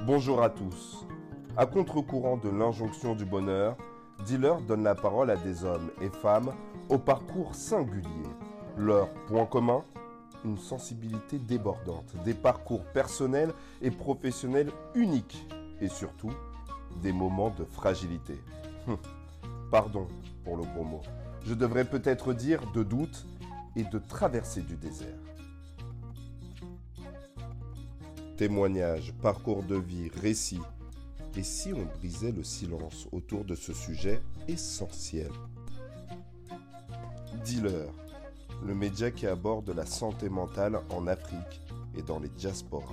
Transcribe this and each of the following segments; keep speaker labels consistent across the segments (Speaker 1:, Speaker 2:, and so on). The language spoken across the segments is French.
Speaker 1: Bonjour à tous. À contre-courant de l'injonction du bonheur, Dealer donne la parole à des hommes et femmes au parcours singulier. Leur point commun, une sensibilité débordante, des parcours personnels et professionnels uniques et surtout des moments de fragilité. Pardon pour le gros mot. Je devrais peut-être dire de doute et de traversée du désert. Témoignages, parcours de vie, récits. Et si on brisait le silence autour de ce sujet essentiel? Dealer, le média qui aborde la santé mentale en Afrique et dans les diasporas.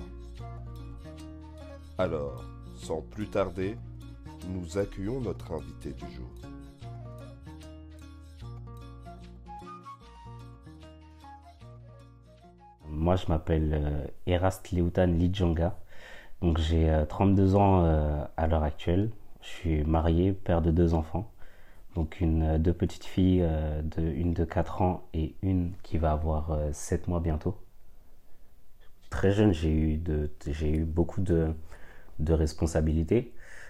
Speaker 1: Alors, sans plus tarder, nous accueillons notre invité du jour.
Speaker 2: Moi, je m'appelle Erast Leutan Lidjonga. Donc, j'ai 32 ans à l'heure actuelle. Je suis marié, père de 2 enfants. Donc, deux petites filles, une de 4 ans et une qui va avoir 7 mois bientôt. Très jeune, j'ai eu beaucoup de responsabilités.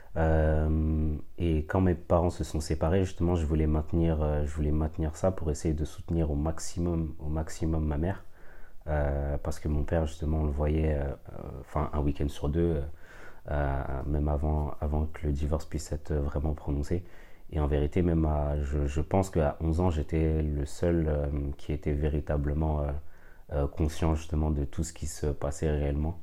Speaker 2: Et quand mes parents se sont séparés, justement, je voulais maintenir ça pour essayer de soutenir au maximum ma mère. Parce que mon père, justement, on le voyait un week-end sur deux, même avant que le divorce puisse être vraiment prononcé. Et en vérité, même je pense qu'à 11 ans, j'étais le seul qui était véritablement conscient, justement, de tout ce qui se passait réellement.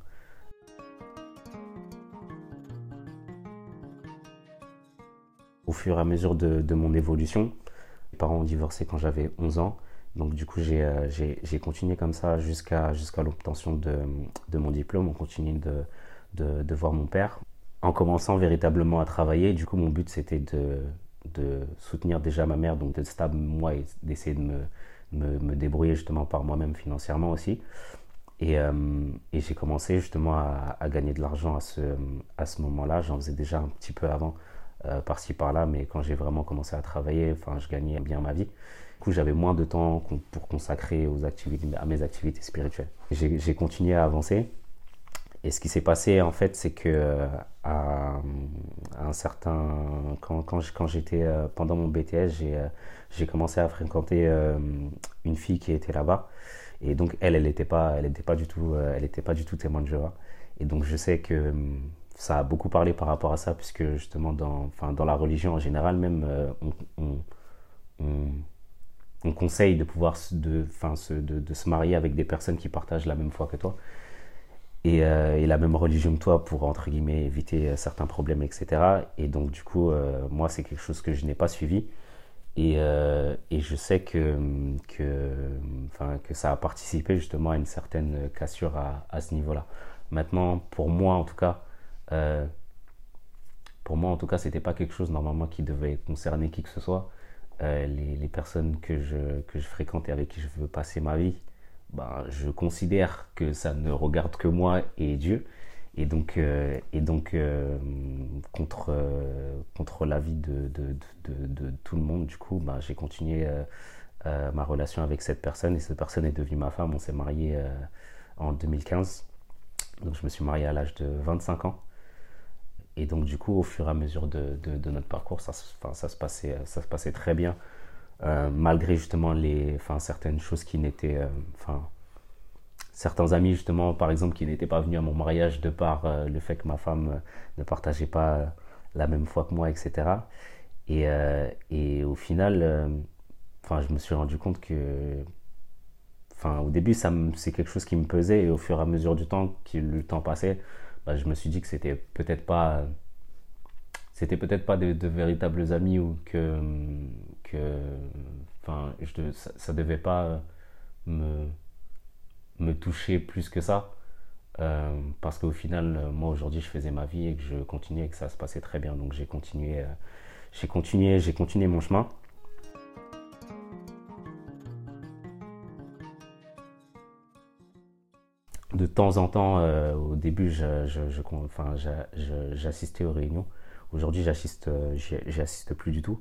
Speaker 2: Au fur et à mesure de mon évolution, mes parents ont divorcé quand j'avais 11 ans. Donc du coup, j'ai continué comme ça jusqu'à l'obtention de mon diplôme. On continue de voir mon père. En commençant véritablement à travailler, du coup, mon but, c'était de soutenir déjà ma mère, donc d'être stable, moi, et d'essayer de me débrouiller justement par moi-même financièrement aussi. Et j'ai commencé justement à gagner de l'argent à ce moment-là. J'en faisais déjà un petit peu avant, par-ci par-là, mais quand j'ai vraiment commencé à travailler, je gagnais bien ma vie. Du coup, j'avais moins de temps pour consacrer à mes activités spirituelles. J'ai continué à avancer. Et ce qui s'est passé, en fait, c'est que quand j'étais pendant mon BTS, j'ai commencé à fréquenter une fille qui était là-bas. Et donc, elle n'était pas du tout témoin de Jéhovah. Et donc, je sais que ça a beaucoup parlé par rapport à ça, puisque justement, dans la religion en général, même, on conseille de pouvoir de se marier avec des personnes qui partagent la même foi que toi et la même religion que toi pour, entre guillemets, éviter certains problèmes, etc. Et donc, du coup, moi, c'est quelque chose que je n'ai pas suivi. Et je sais que ça a participé justement à une certaine cassure à ce niveau-là. Maintenant, pour moi en tout cas, c'était pas quelque chose normalement qui devait concerner qui que ce soit. Les personnes que je fréquente et avec qui je veux passer ma vie, je considère que ça ne regarde que moi et Dieu. Et donc, contre l'avis de tout le monde, du coup, j'ai continué ma relation avec cette personne. Et cette personne est devenue ma femme. On s'est mariés en 2015. Donc, je me suis marié à l'âge de 25 ans. Et donc, du coup, au fur et à mesure de notre parcours, ça se passait très bien. Malgré justement certaines choses qui n'étaient... certains amis, justement, par exemple, qui n'étaient pas venus à mon mariage de par le fait que ma femme ne partageait pas la même foi que moi, etc. Et au final, je me suis rendu compte que... au début, c'est quelque chose qui me pesait. Et au fur et à mesure du temps, que le temps passait, je me suis dit que c'était peut-être pas de véritables amis ou ça devait pas me toucher plus que ça, parce qu'au final, moi aujourd'hui je faisais ma vie et que je continuais et que ça se passait très bien. Donc j'ai continué mon chemin. De temps en temps, au début, j'assistais aux réunions. Aujourd'hui, j'y assiste plus du tout.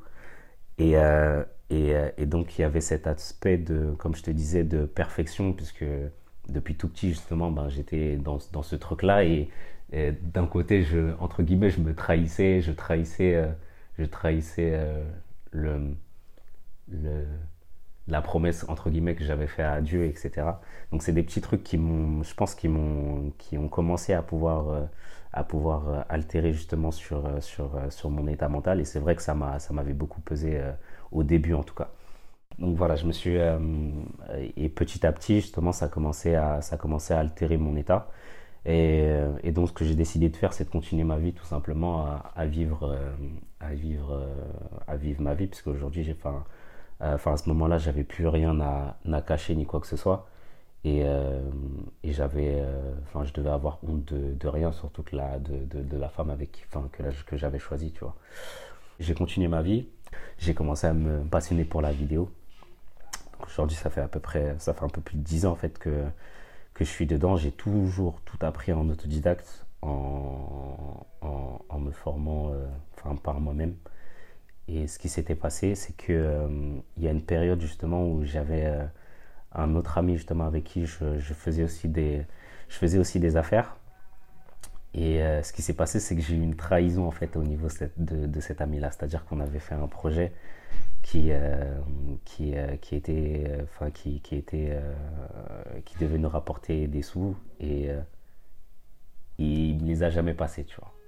Speaker 2: Et donc, il y avait cet aspect comme je te disais, de perfection, puisque depuis tout petit, justement, j'étais dans ce truc-là. Et Et d'un côté, entre guillemets, je me trahissais, je trahissais le, le, la promesse entre guillemets que j'avais fait à Dieu, etc. Donc c'est des petits trucs qui m'ont, je pense, qui ont commencé à pouvoir altérer justement sur mon état mental. Et c'est vrai que ça m'avait beaucoup pesé au début en tout cas. Donc voilà, je me suis et petit à petit justement ça commençait à altérer mon état. Et donc ce que j'ai décidé de faire, c'est de continuer ma vie tout simplement à vivre à vivre ma vie, puisque aujourd'hui à ce moment-là, j'avais plus rien à cacher ni quoi que ce soit. Et je devais avoir honte de rien, surtout de la femme que j'avais choisie, tu vois. J'ai continué ma vie, j'ai commencé à me passionner pour la vidéo. Aujourd'hui, ça fait un peu plus de 10 ans en fait que je suis dedans. J'ai toujours tout appris en autodidacte, en me formant par moi-même. Et ce qui s'était passé, c'est que il y a une période justement où j'avais un autre ami justement avec qui je faisais aussi des affaires. Et ce qui s'est passé, c'est que j'ai eu une trahison en fait au niveau de cet ami-là. C'est-à-dire qu'on avait fait un projet qui devait nous rapporter des sous et il ne les a jamais passés, tu vois.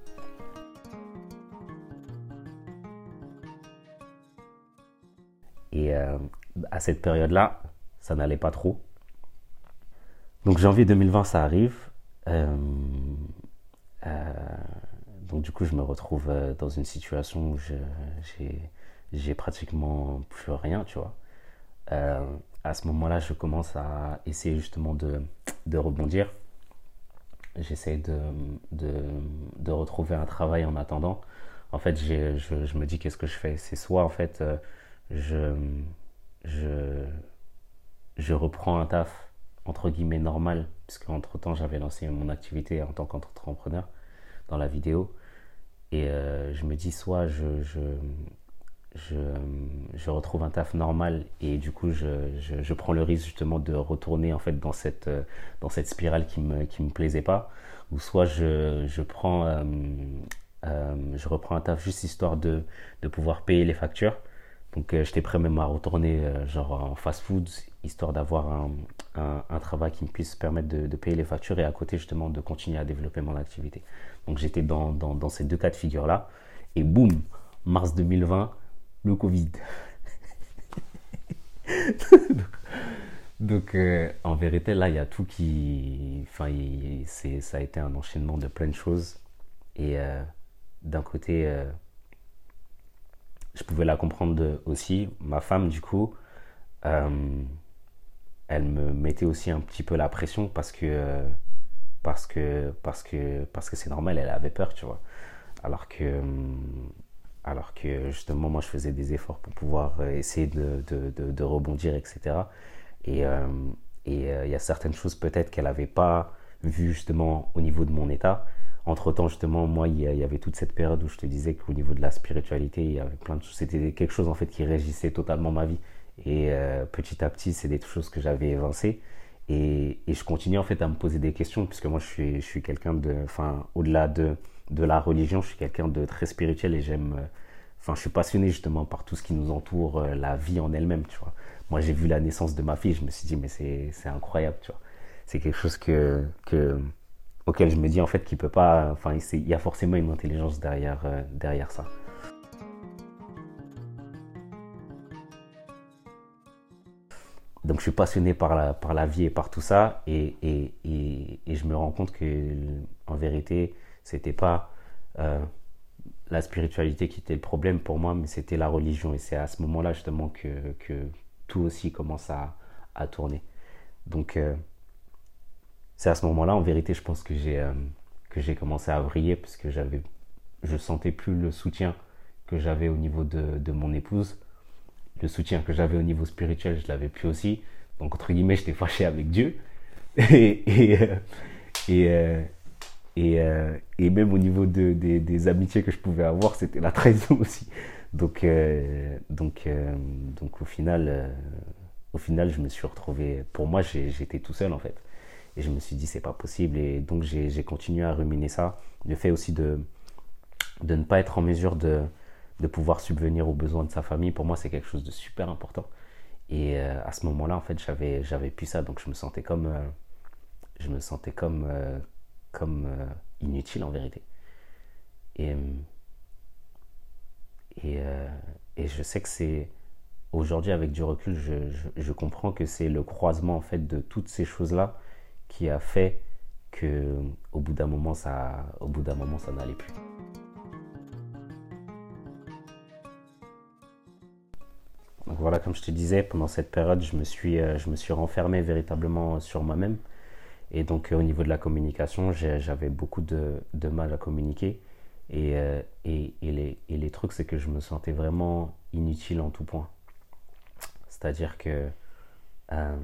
Speaker 2: Et à cette période-là, ça n'allait pas trop. Donc janvier 2020, ça arrive. Euh, euh, donc du coup, je me retrouve dans une situation où j'ai pratiquement plus rien, tu vois. Euh, à ce moment-là, je commence à essayer justement de rebondir. J'essaie de, de retrouver un travail en attendant. En fait, je me dis qu'est-ce que je fais. C'est soit en fait je, je, je reprends un taf entre guillemets normal, puisque entre temps j'avais lancé mon activité en tant qu'entrepreneur dans la vidéo. Et je me dis soit je, je retrouve un taf normal et du coup je prends le risque justement de retourner en fait dans cette spirale qui me plaisait pas, ou soit je reprends un taf juste histoire de pouvoir payer les factures. Donc j'étais prêt même à retourner genre en fast food, histoire d'avoir un travail qui me puisse permettre de payer les factures et à côté justement de continuer à développer mon activité. Donc j'étais dans ces deux cas de figure là et boum, mars 2020, le Covid. Donc en vérité là il y a tout ça a été un enchaînement de plein de choses et d'un côté je pouvais la comprendre aussi. Ma femme, du coup, euh, elle me mettait aussi un petit peu la pression parce que c'est normal, elle avait peur, tu vois. Alors que, euh, alors que justement, moi, je faisais des efforts pour pouvoir essayer de rebondir, etc. Et il y a certaines choses peut-être qu'elle n'avait pas vues justement au niveau de mon état. Entre-temps, justement, moi, il y avait toute cette période où je te disais qu'au niveau de la spiritualité, il y avait plein de choses. C'était quelque chose, en fait, qui régissait totalement ma vie. Et petit à petit, c'est des choses que j'avais évincées. Et je continue, en fait, à me poser des questions, puisque moi, je suis quelqu'un au-delà de la religion, je suis quelqu'un de très spirituel et je suis passionné, justement, par tout ce qui nous entoure, la vie en elle-même, tu vois. Moi, j'ai vu la naissance de ma fille, je me suis dit, mais c'est incroyable, tu vois. C'est quelque chose auquel je me dis en fait qu'il peut pas, il y a forcément une intelligence derrière ça. Donc je suis passionné par la vie et par tout ça et je me rends compte que en vérité c'était pas la spiritualité qui était le problème pour moi, mais c'était la religion et c'est à ce moment-là justement que tout aussi commence à tourner. Donc c'est à ce moment-là, en vérité, je pense que j'ai commencé à vriller parce que je sentais plus le soutien que j'avais au niveau de mon épouse. Le soutien que j'avais au niveau spirituel, je l'avais plus aussi. Donc, entre guillemets, j'étais fâché avec Dieu. Et, et, euh, et même au niveau des amitiés que je pouvais avoir, c'était la trahison aussi. Donc, donc au final, je me suis retrouvé. Pour moi, j'étais tout seul en fait. Et je me suis dit, c'est pas possible. Et donc, j'ai continué à ruminer ça. Le fait aussi de ne pas être en mesure de pouvoir subvenir aux besoins de sa famille, pour moi, c'est quelque chose de super important. Et à ce moment-là, en fait, j'avais plus ça. Donc, je me sentais inutile en vérité. Et, et, euh, et je sais que c'est aujourd'hui avec du recul, je comprends que c'est le croisement en fait de toutes ces choses-là qui a fait que au bout d'un moment, ça n'allait plus. Donc voilà, comme je te disais, pendant cette période, je me suis renfermé véritablement sur moi-même. Et donc au niveau de la communication, j'avais beaucoup de mal à communiquer. Et les trucs, c'est que je me sentais vraiment inutile en tout point. C'est-à-dire que euh,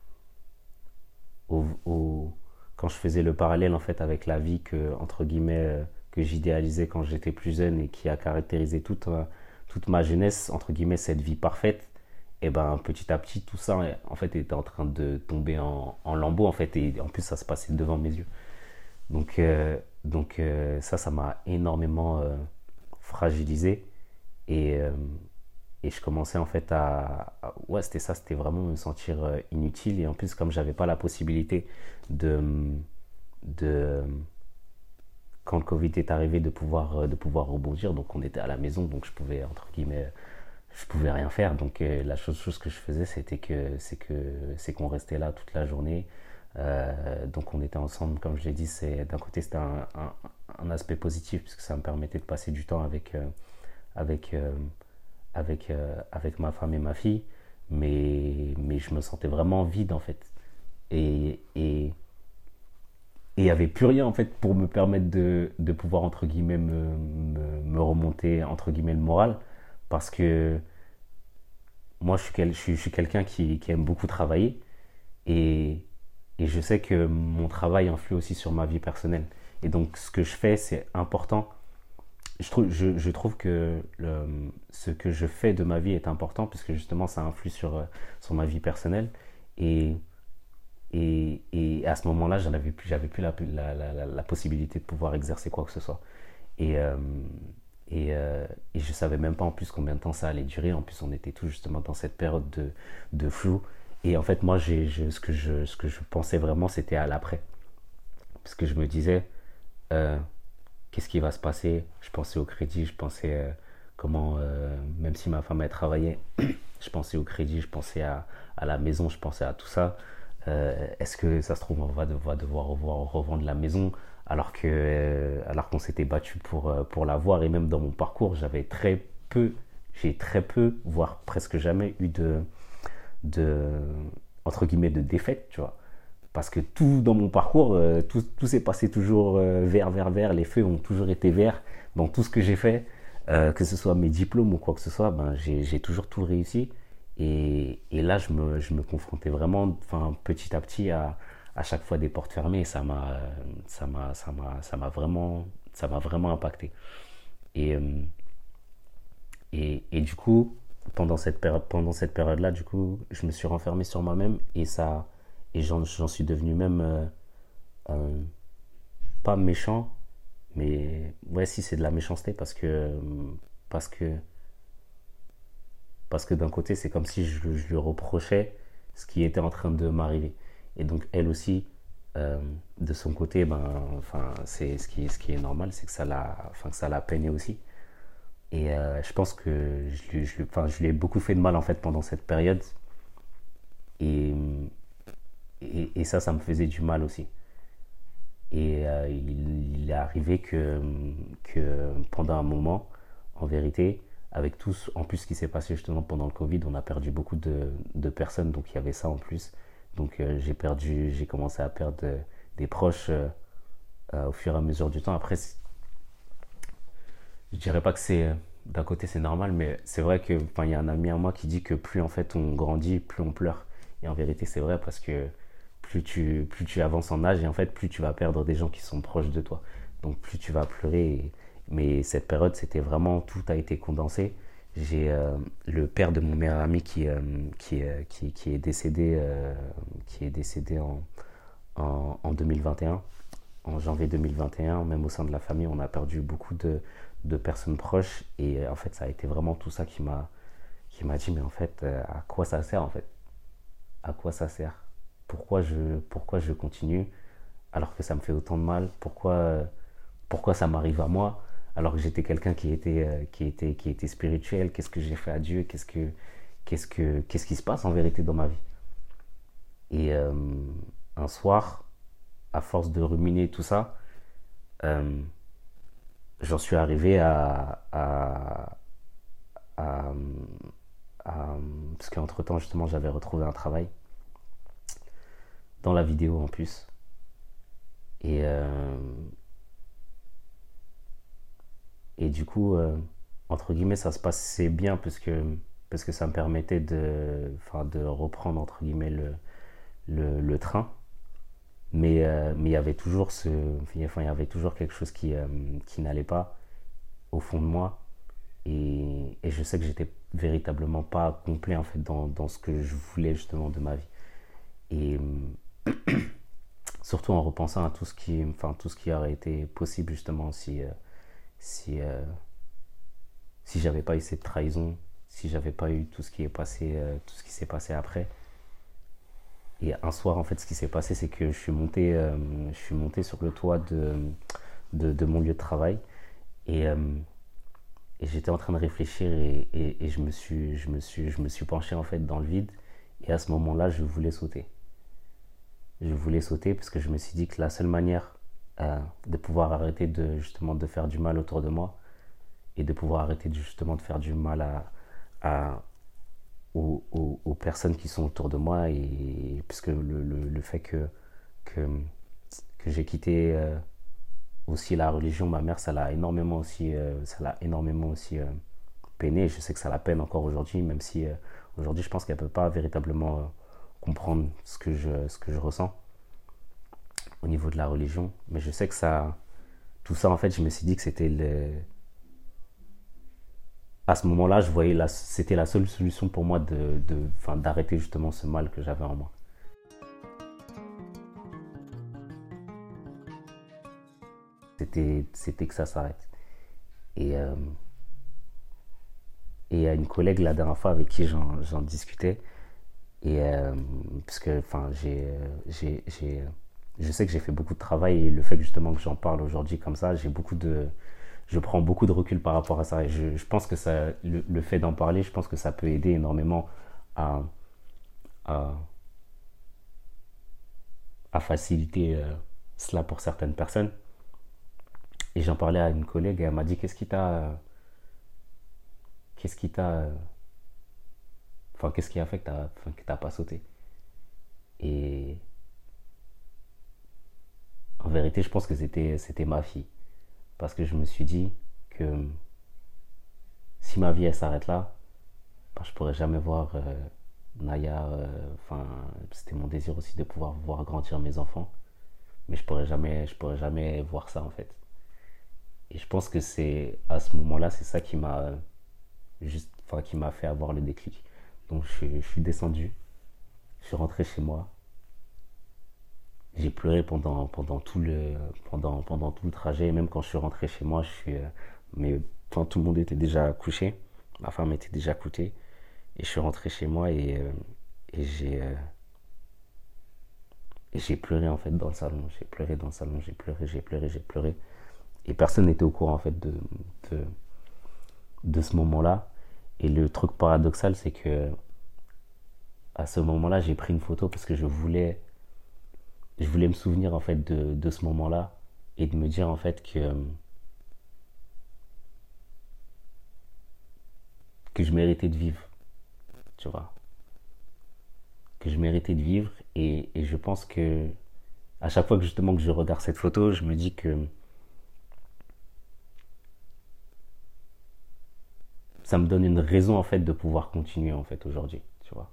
Speaker 2: au, au- quand je faisais le parallèle en fait avec la vie que entre guillemets que j'idéalisais quand j'étais plus jeune et qui a caractérisé toute ma jeunesse entre guillemets cette vie parfaite, et ben petit à petit tout ça en fait était en train de tomber en lambeaux en fait, et en plus ça se passait devant mes yeux. Ça m'a énormément fragilisé. Et, euh, et je commençais en fait ouais, c'était ça, c'était vraiment me sentir inutile. Et en plus, comme j'avais pas la possibilité de, de quand le Covid est arrivé, de pouvoir rebondir, donc on était à la maison, donc je pouvais, entre guillemets, je pouvais rien faire. Donc la chose que je faisais, c'est qu'on restait là toute la journée. Donc on était ensemble, comme je l'ai dit, d'un côté c'était un aspect positif puisque ça me permettait de passer du temps avec, euh, avec ma femme et ma fille, mais je me sentais vraiment vide en fait. Et il n'y avait plus rien en fait pour me permettre de pouvoir entre guillemets me remonter entre guillemets le moral, parce que moi je suis quelqu'un qui aime beaucoup travailler, et, et je sais que mon travail influe aussi sur ma vie personnelle. Et donc ce que je fais c'est important. Je trouve que ce que je fais de ma vie est important puisque justement ça influe sur ma vie personnelle. Et, et à ce moment-là, j'avais plus la possibilité de pouvoir exercer quoi que ce soit. Et, euh, et je savais même pas en plus combien de temps ça allait durer. En plus, on était tout justement dans cette période de flou. Et en fait, moi, ce que je pensais vraiment, c'était à l'après. Parce que je me disais, euh, qu'est-ce qui va se passer? Je pensais au crédit, je pensais même si ma femme elle travaillait, je pensais au crédit, je pensais à la maison, je pensais à tout ça. Est-ce que ça se trouve, va devoir revendre la maison alors qu'on s'était battu pour l'avoir? Et même dans mon parcours, j'ai très peu, voire presque jamais eu de entre guillemets, de défaite, tu vois. Parce que tout dans mon parcours, tout s'est passé toujours vert. Les feux ont toujours été verts dans tout ce que j'ai fait, que ce soit mes diplômes ou quoi que ce soit. Ben, j'ai toujours tout réussi. Et là, je me confrontais vraiment, enfin, petit à petit à chaque fois des portes fermées. Et ça m'a vraiment impacté. Et, euh, et du coup, pendant cette période-là, du coup, je me suis renfermé sur moi-même, et j'en suis devenu même euh, pas méchant, mais ouais, si c'est de la méchanceté parce que, parce que d'un côté, c'est comme si je lui reprochais ce qui était en train de m'arriver. Et donc, elle aussi, euh, de son côté, ben, enfin, c'est ce qui est normal, c'est que que ça l'a peiné aussi. Et je pense que enfin, je lui ai beaucoup fait de mal en fait pendant cette période. Et, et ça me faisait du mal aussi. Et il est arrivé que pendant un moment, en vérité, avec tout en plus ce qui s'est passé justement pendant le Covid, on a perdu beaucoup de personnes, donc il y avait ça en plus. Donc j'ai commencé à perdre des proches au fur et à mesure du temps. Après, je dirais pas que d'un côté c'est normal, mais c'est vrai que, enfin, il y a un ami à moi qui dit que plus en fait on grandit, plus on pleure. Et en vérité, c'est vrai parce que plus tu avances en âge, et en fait plus tu vas perdre des gens qui sont proches de toi. Donc plus tu vas pleurer. Mais cette période, c'était vraiment, tout a été condensé. J'ai le père de mon meilleur ami qui est décédé en 2021, en janvier 2021, même au sein de la famille, on a perdu beaucoup de personnes proches. Et en fait, ça a été vraiment tout ça qui m'a dit, mais en fait, à quoi ça sert en fait? À quoi ça sert? Pourquoi je continue alors que ça me fait autant de mal? Pourquoi ça m'arrive à moi alors que j'étais quelqu'un qui était spirituel? Qu'est-ce que j'ai fait à Dieu? Qu'est-ce qui se passe en vérité dans ma vie? Et un soir, à force de ruminer tout ça, euh, j'en suis arrivé à, parce qu'entre temps justement j'avais retrouvé un travail dans la vidéo en plus. Et, et du coup, entre guillemets, ça se passait bien parce que ça me permettait enfin, de reprendre entre guillemets le train. Mais il y avait toujours enfin, il y avait toujours quelque chose qui n'allait pas au fond de moi. Et je sais que j'étais véritablement pas complet en fait dans ce que je voulais justement de ma vie. Et surtout en repensant à enfin, tout ce qui aurait été possible justement si, si j'avais pas eu cette trahison, si j'avais pas eu tout ce qui est passé, tout ce qui s'est passé après. Et un soir, en fait, ce qui s'est passé, c'est que je suis monté sur le toit de mon lieu de travail et, et j'étais en train de réfléchir et je me suis penché en fait dans le vide. Et à ce moment-là, je voulais sauter. Je voulais sauter parce que je me suis dit que la seule manière de pouvoir arrêter justement de faire du mal autour de moi et de pouvoir arrêter justement de faire du mal à, aux personnes qui sont autour de moi, et puisque le fait que, que j'ai quitté aussi la religion, ma mère, ça l'a énormément aussi peiné. Je sais que ça la peine encore aujourd'hui, même si aujourd'hui je pense qu'elle ne peut pas véritablement comprendre ce que je ressens au niveau de la religion. Mais je sais que tout ça en fait, je me suis dit que c'était à ce moment-là, je voyais c'était la seule solution pour moi enfin, d'arrêter justement ce mal que j'avais en moi. C'était que ça s'arrête. Et, et il y a une collègue la dernière fois avec qui j'en discutais. Et parce que enfin, je sais que j'ai fait beaucoup de travail et le fait que justement que j'en parle aujourd'hui comme ça, je prends beaucoup de recul par rapport à ça. Et je pense que le fait d'en parler, je pense que ça peut aider énormément à, à, à faciliter cela pour certaines personnes. Et j'en parlais à une collègue et elle m'a dit qu'est-ce qui t'a, enfin, qu'est-ce qui a fait enfin, que t'as pas sauté. Et en vérité, je pense que c'était ma fille. Parce que je me suis dit que si ma vie elle s'arrête là, bah, je pourrais jamais voir Naya. Enfin, c'était mon désir aussi de pouvoir voir grandir mes enfants, mais je pourrais jamais voir ça en fait. Et je pense que c'est à ce moment-là, c'est ça qui m'a enfin, qui m'a fait avoir le déclic. Donc je suis descendu, je suis rentré chez moi, j'ai pleuré pendant tout le trajet. Et même quand je suis rentré chez moi, mais enfin, tout le monde était déjà couché, ma femme était déjà couchée. Et je suis rentré chez moi et j'ai pleuré en fait dans le salon. J'ai pleuré dans le salon, j'ai pleuré. Et personne n'était au courant en fait de, de ce moment-là. Et le truc paradoxal, c'est que à ce moment-là, j'ai pris une photo parce que je voulais me souvenir en fait de ce moment-là et de me dire en fait que je méritais de vivre, tu vois, que je méritais de vivre. Et je pense que à chaque fois que justement que je regarde cette photo, je me dis que ça me donne une raison en fait de pouvoir continuer en fait aujourd'hui, tu vois.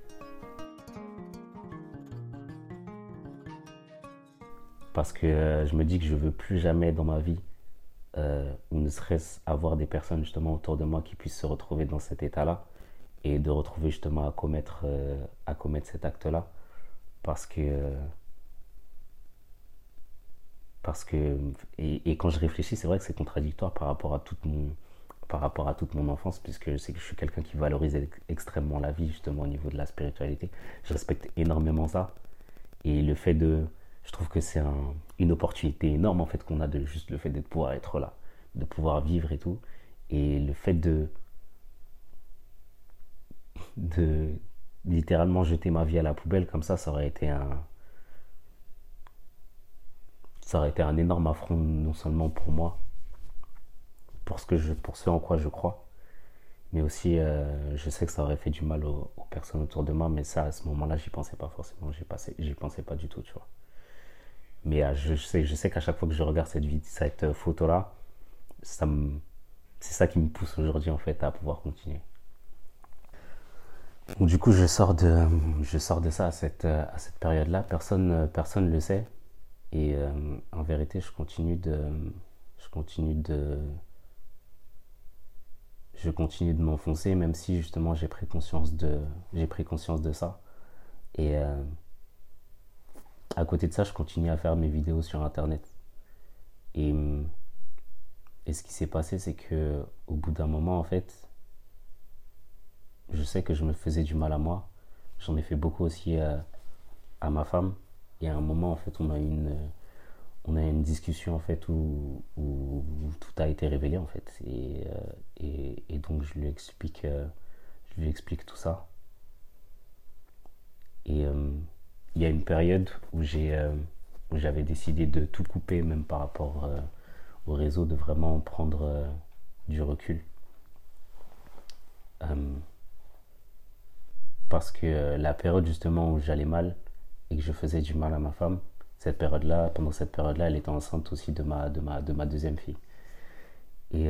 Speaker 2: Parce que je me dis que je veux plus jamais dans ma vie, ou ne serait-ce avoir des personnes justement autour de moi qui puissent se retrouver dans cet état-là et de retrouver justement à commettre cet acte-là. Parce que Parce que, et quand je réfléchis, c'est vrai que c'est contradictoire par rapport à toute mon enfance, puisque c'est que je suis quelqu'un qui valorise extrêmement la vie, justement, au niveau de la spiritualité. Je respecte énormément ça. Et le fait de. Je trouve que c'est une opportunité énorme, en fait, qu'on a de juste le fait de pouvoir être là, de pouvoir vivre et tout. Et le fait de littéralement jeter ma vie à la poubelle comme ça ça aurait été un énorme affront, non seulement pour moi, pour ce en quoi je crois, mais aussi je sais que ça aurait fait du mal aux personnes autour de moi, mais ça à ce moment-là j'y pensais pas forcément, j'y pensais pas du tout, tu vois. Mais je sais qu'à chaque fois que je regarde cette photo là, ça me, c'est ça qui me pousse aujourd'hui en fait à pouvoir continuer. Donc, du coup je sors de ça à cette période là, personne le sait, et en vérité je continue de je continue de m'enfoncer, même si justement j'ai pris conscience de ça. Et à côté de ça, je continue à faire mes vidéos sur internet. Et, et ce qui s'est passé, c'est que au bout d'un moment, en fait, je sais que je me faisais du mal à moi. J'en ai fait beaucoup aussi à ma femme. Et à un moment, en fait, on a eu une discussion en fait où tout a été révélé en fait. Et donc je lui explique tout ça. Et il y a une période où j'avais décidé de tout couper, même par rapport au réseau, de vraiment prendre du recul. Euh, Parce que la période justement où j'allais mal et que je faisais du mal à ma femme, pendant cette période-là, elle était enceinte aussi de ma deuxième fille. Et,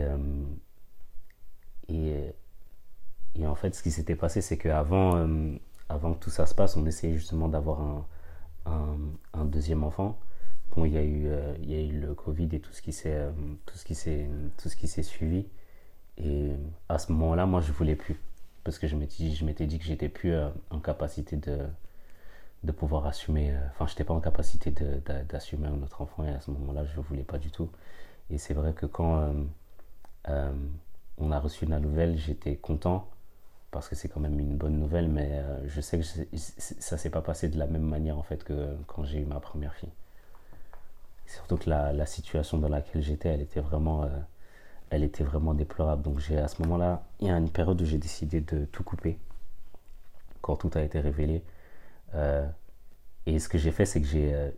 Speaker 2: et, et en fait, ce qui s'était passé, c'est qu'avant avant que tout ça se passe, on essayait justement d'avoir un deuxième enfant. Bon, il y a eu le Covid et tout ce qui s'est suivi. Et à ce moment-là, moi, je voulais plus. Parce que je m'étais dit que j'étais plus en capacité de pouvoir assumer. Enfin, j'étais pas en capacité d'assumer un autre enfant. Et à ce moment-là, je voulais pas du tout. Et c'est vrai que quand euh, on a reçu la nouvelle, j'étais content parce que c'est quand même une bonne nouvelle, mais je sais que ça s'est pas passé de la même manière en fait que quand j'ai eu ma première fille. Surtout que la situation dans laquelle j'étais, elle était vraiment déplorable. Donc à ce moment-là, il y a une période où j'ai décidé de tout couper quand tout a été révélé. Euh, et ce que j'ai fait, c'est que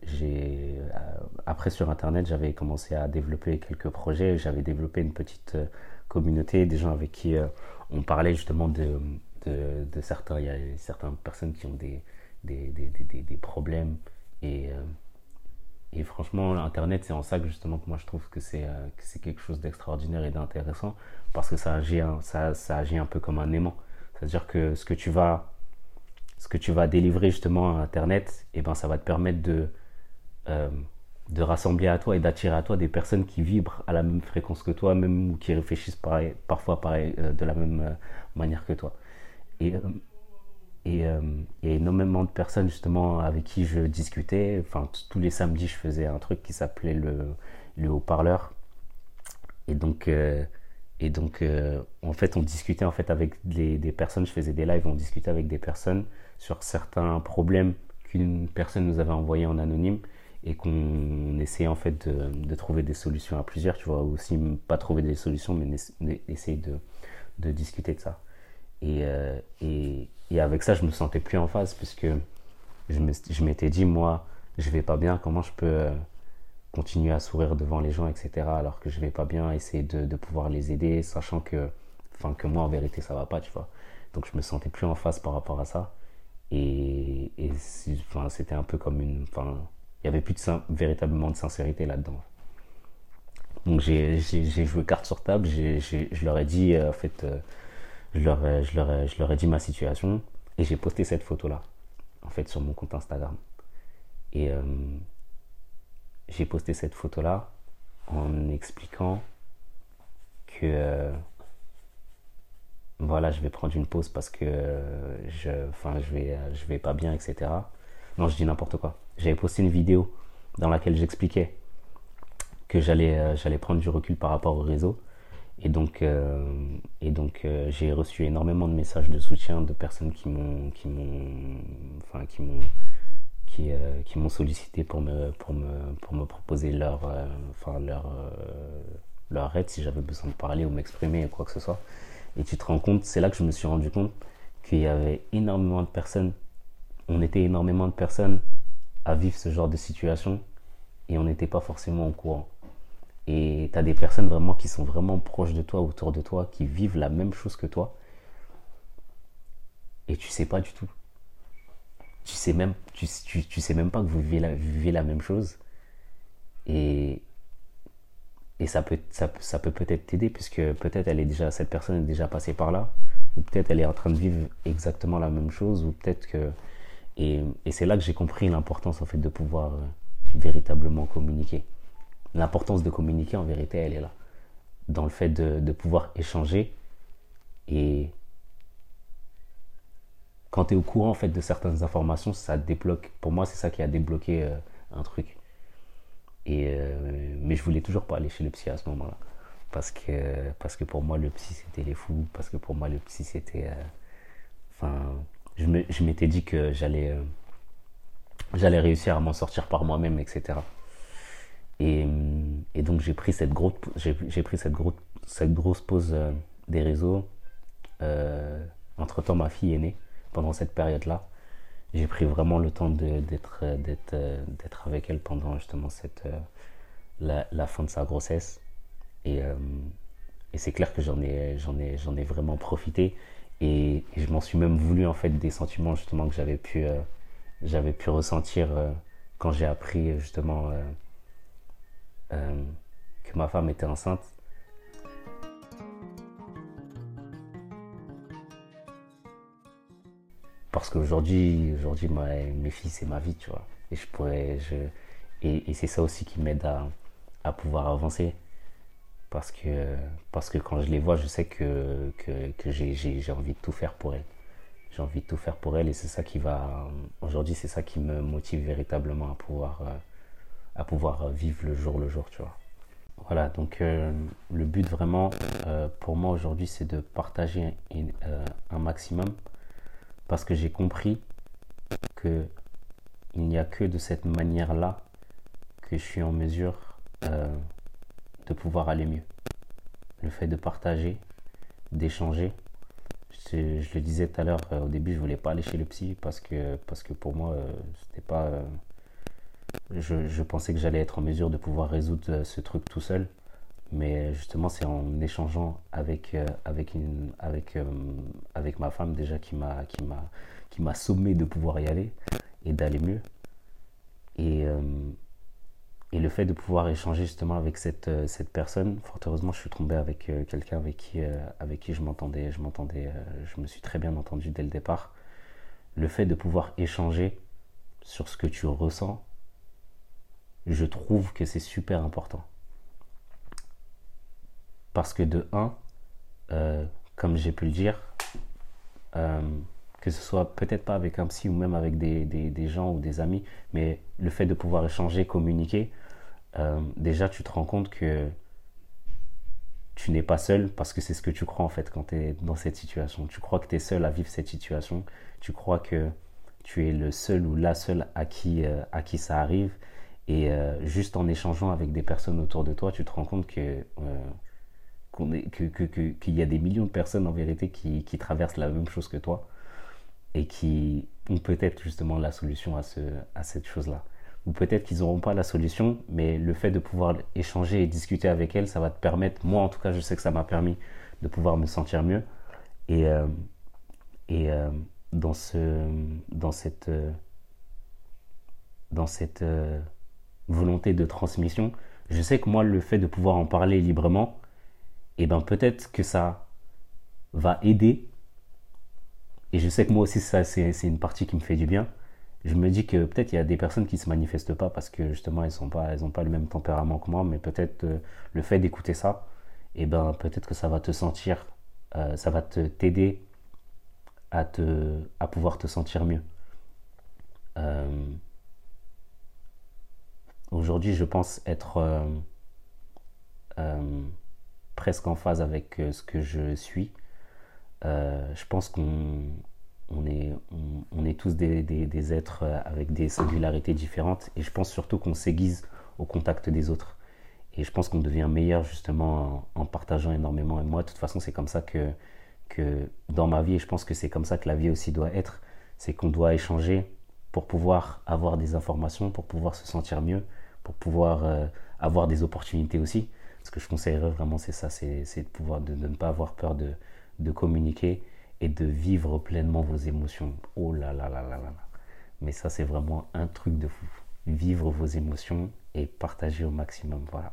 Speaker 2: après sur Internet, j'avais commencé à développer quelques projets. J'avais développé une petite communauté, des gens avec qui on parlait justement de certains. Il y a certaines personnes qui ont des problèmes. Et, euh, et franchement, Internet, c'est en ça que justement que moi je trouve que c'est quelque chose d'extraordinaire et d'intéressant parce que ça agit un peu comme un aimant. C'est-à-dire que ce que tu vas délivrer justement à Internet, et ben, ça va te permettre euh, de rassembler à toi et d'attirer à toi des personnes qui vibrent à la même fréquence que toi, même ou qui réfléchissent parfois pareil, de la même manière que toi. Et, il y a énormément de personnes justement avec qui je discutais. Enfin, tous les samedis, je faisais un truc qui s'appelait le haut-parleur. Et donc, en fait, on discutait en fait avec des personnes. Je faisais des lives, on discutait avec des personnes sur certains problèmes qu'une personne nous avait envoyés en anonyme et qu'on essayait en fait de trouver des solutions à plusieurs. Tu vois, aussi pas trouver des solutions, mais essayer de discuter de ça. Et avec ça, je me sentais plus en phase puisque je m'étais dit, moi, je vais pas bien, comment je peux continuer à sourire devant les gens, etc. Alors que je vais pas bien, essayer de pouvoir les aider, sachant que moi, en vérité, ça va pas, tu vois. Donc je me sentais plus en phase par rapport à ça. Enfin, c'était un peu comme enfin, il y avait plus véritablement de sincérité là-dedans. Donc j'ai joué carte sur table, je leur ai dit, en fait, je leur ai dit ma situation et j'ai posté cette photo-là, en fait, sur mon compte Instagram. Et j'ai posté cette photo-là en expliquant que voilà, je vais prendre une pause parce que je vais pas bien, etc. Non, je dis n'importe quoi. J'avais posté une vidéo dans laquelle j'expliquais que j'allais prendre du recul par rapport au réseau. Et donc, j'ai reçu énormément de messages de soutien de personnes qui m'ont sollicité pour me proposer leur aide si j'avais besoin de parler ou m'exprimer ou quoi que ce soit. Et tu te rends compte, c'est là que je me suis rendu compte qu'il y avait énormément de personnes, on était énormément de personnes à vivre ce genre de situation et on n'était pas forcément au courant. Et tu as des personnes vraiment qui sont vraiment proches de toi, autour de toi, qui vivent la même chose que toi et tu sais pas du tout. Tu sais même pas que vous vivez la même chose et, et ça peut peut-être t'aider puisque peut-être cette personne est déjà passée par là ou peut-être elle est en train de vivre exactement la même chose ou peut-être que et c'est là que j'ai compris l'importance en fait de pouvoir véritablement communiquer. L'importance de communiquer en vérité elle est là dans le fait de pouvoir échanger et quand tu es au courant en fait de certaines informations ça débloque pour moi c'est ça qui a débloqué un truc mais je voulais toujours pas aller chez le psy à ce moment-là parce que pour moi le psy c'était les fous parce que pour moi le psy c'était enfin je m'étais dit que j'allais réussir à m'en sortir par moi-même etc et, et donc j'ai pris cette grosse pause des réseaux. Entre temps ma fille est née pendant cette période là j'ai pris vraiment le temps d'être avec elle pendant justement la fin de sa grossesse et, euh, et c'est clair que j'en ai vraiment profité et je m'en suis même voulu en fait des sentiments justement que j'avais pu ressentir quand j'ai appris justement que ma femme était enceinte. Parce qu'aujourd'hui mes filles, c'est ma vie, tu vois. Et et c'est ça aussi qui m'aide à pouvoir avancer. Parce que quand je les vois, je sais que j'ai envie de tout faire pour elles. J'ai envie de tout faire pour elles et c'est ça aujourd'hui, c'est ça qui me motive véritablement à pouvoir vivre le jour, tu vois. Voilà, donc le but vraiment pour moi aujourd'hui, c'est de partager un maximum parce que j'ai compris que il n'y a que de cette manière-là que je suis en mesure de pouvoir aller mieux. Le fait de partager, d'échanger. Je le disais tout à l'heure, au début, je voulais pas aller chez le psy parce que pour moi, c'était pas. Je pensais que j'allais être en mesure de pouvoir résoudre ce truc tout seul. Mais justement, c'est en échangeant avec ma femme déjà qui m'a sommé de pouvoir y aller et d'aller mieux. Et, euh, et le fait de pouvoir échanger justement avec cette personne, fort heureusement, je suis tombé avec quelqu'un avec qui je me suis très bien entendu dès le départ. Le fait de pouvoir échanger sur ce que tu ressens, je trouve que c'est super important. Parce que de un, comme j'ai pu le dire, euh, que ce soit peut-être pas avec un psy ou même avec des gens ou des amis, mais le fait de pouvoir échanger, communiquer, déjà tu te rends compte que tu n'es pas seul parce que c'est ce que tu crois en fait quand tu es dans cette situation. Tu crois que tu es seul à vivre cette situation, tu crois que tu es le seul ou la seule à qui ça arrive et juste en échangeant avec des personnes autour de toi, tu te rends compte qu'il y a des millions de personnes en vérité qui traversent la même chose que toi et qui ont peut-être justement la solution à cette chose-là. Ou peut-être qu'ils n'auront pas la solution, mais le fait de pouvoir échanger et discuter avec elles, ça va te permettre, moi en tout cas je sais que ça m'a permis de pouvoir me sentir mieux. Et, euh, et dans cette volonté de transmission, je sais que moi le fait de pouvoir en parler librement, et ben peut-être que ça va aider. Et je sais que moi aussi ça c'est une partie qui me fait du bien. Je me dis que peut-être il y a des personnes qui se manifestent pas parce que justement elles ont pas le même tempérament que moi, mais peut-être le fait d'écouter ça, et ben peut-être que ça va te sentir, ça va t'aider à pouvoir te sentir mieux. Euh, Aujourd'hui, je pense être presque en phase avec ce que je suis. Je pense qu'on est tous des êtres avec des singularités différentes et je pense surtout qu'on s'aiguise au contact des autres. Et je pense qu'on devient meilleur justement en partageant énormément. Et moi, de toute façon, c'est comme ça que dans ma vie, et je pense que c'est comme ça que la vie aussi doit être, c'est qu'on doit échanger pour pouvoir avoir des informations, pour pouvoir se sentir mieux, pour pouvoir avoir des opportunités aussi. Ce que je conseillerais vraiment, c'est ça, c'est de pouvoir de ne pas avoir peur de communiquer et de vivre pleinement vos émotions. Oh là là là là là là. Mais ça, c'est vraiment un truc de fou. Vivre vos émotions et partager au maximum, voilà.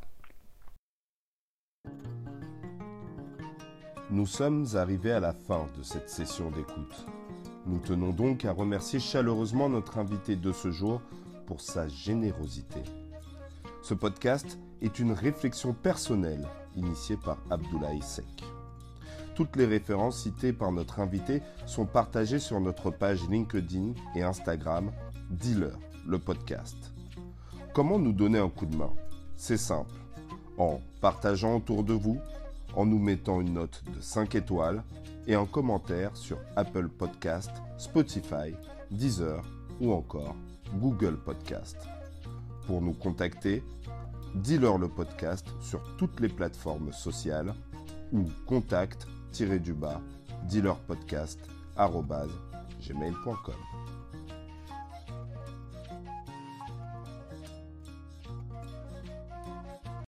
Speaker 1: Nous sommes arrivés à la fin de cette session d'écoute. Nous tenons donc à remercier chaleureusement notre invité de ce jour pour sa générosité. Ce podcast est une réflexion personnelle initiée par Abdoulaye Seck. Toutes les références citées par notre invité sont partagées sur notre page LinkedIn et Instagram, Dealer, le podcast. Comment nous donner un coup de main ? C'est simple. En partageant autour de vous, en nous mettant une note de 5 étoiles et un commentaire sur Apple Podcast, Spotify, Deezer ou encore Google Podcast. Pour nous contacter, Dealer le podcast sur toutes les plateformes sociales ou contact-dealerpodcast@gmail.com.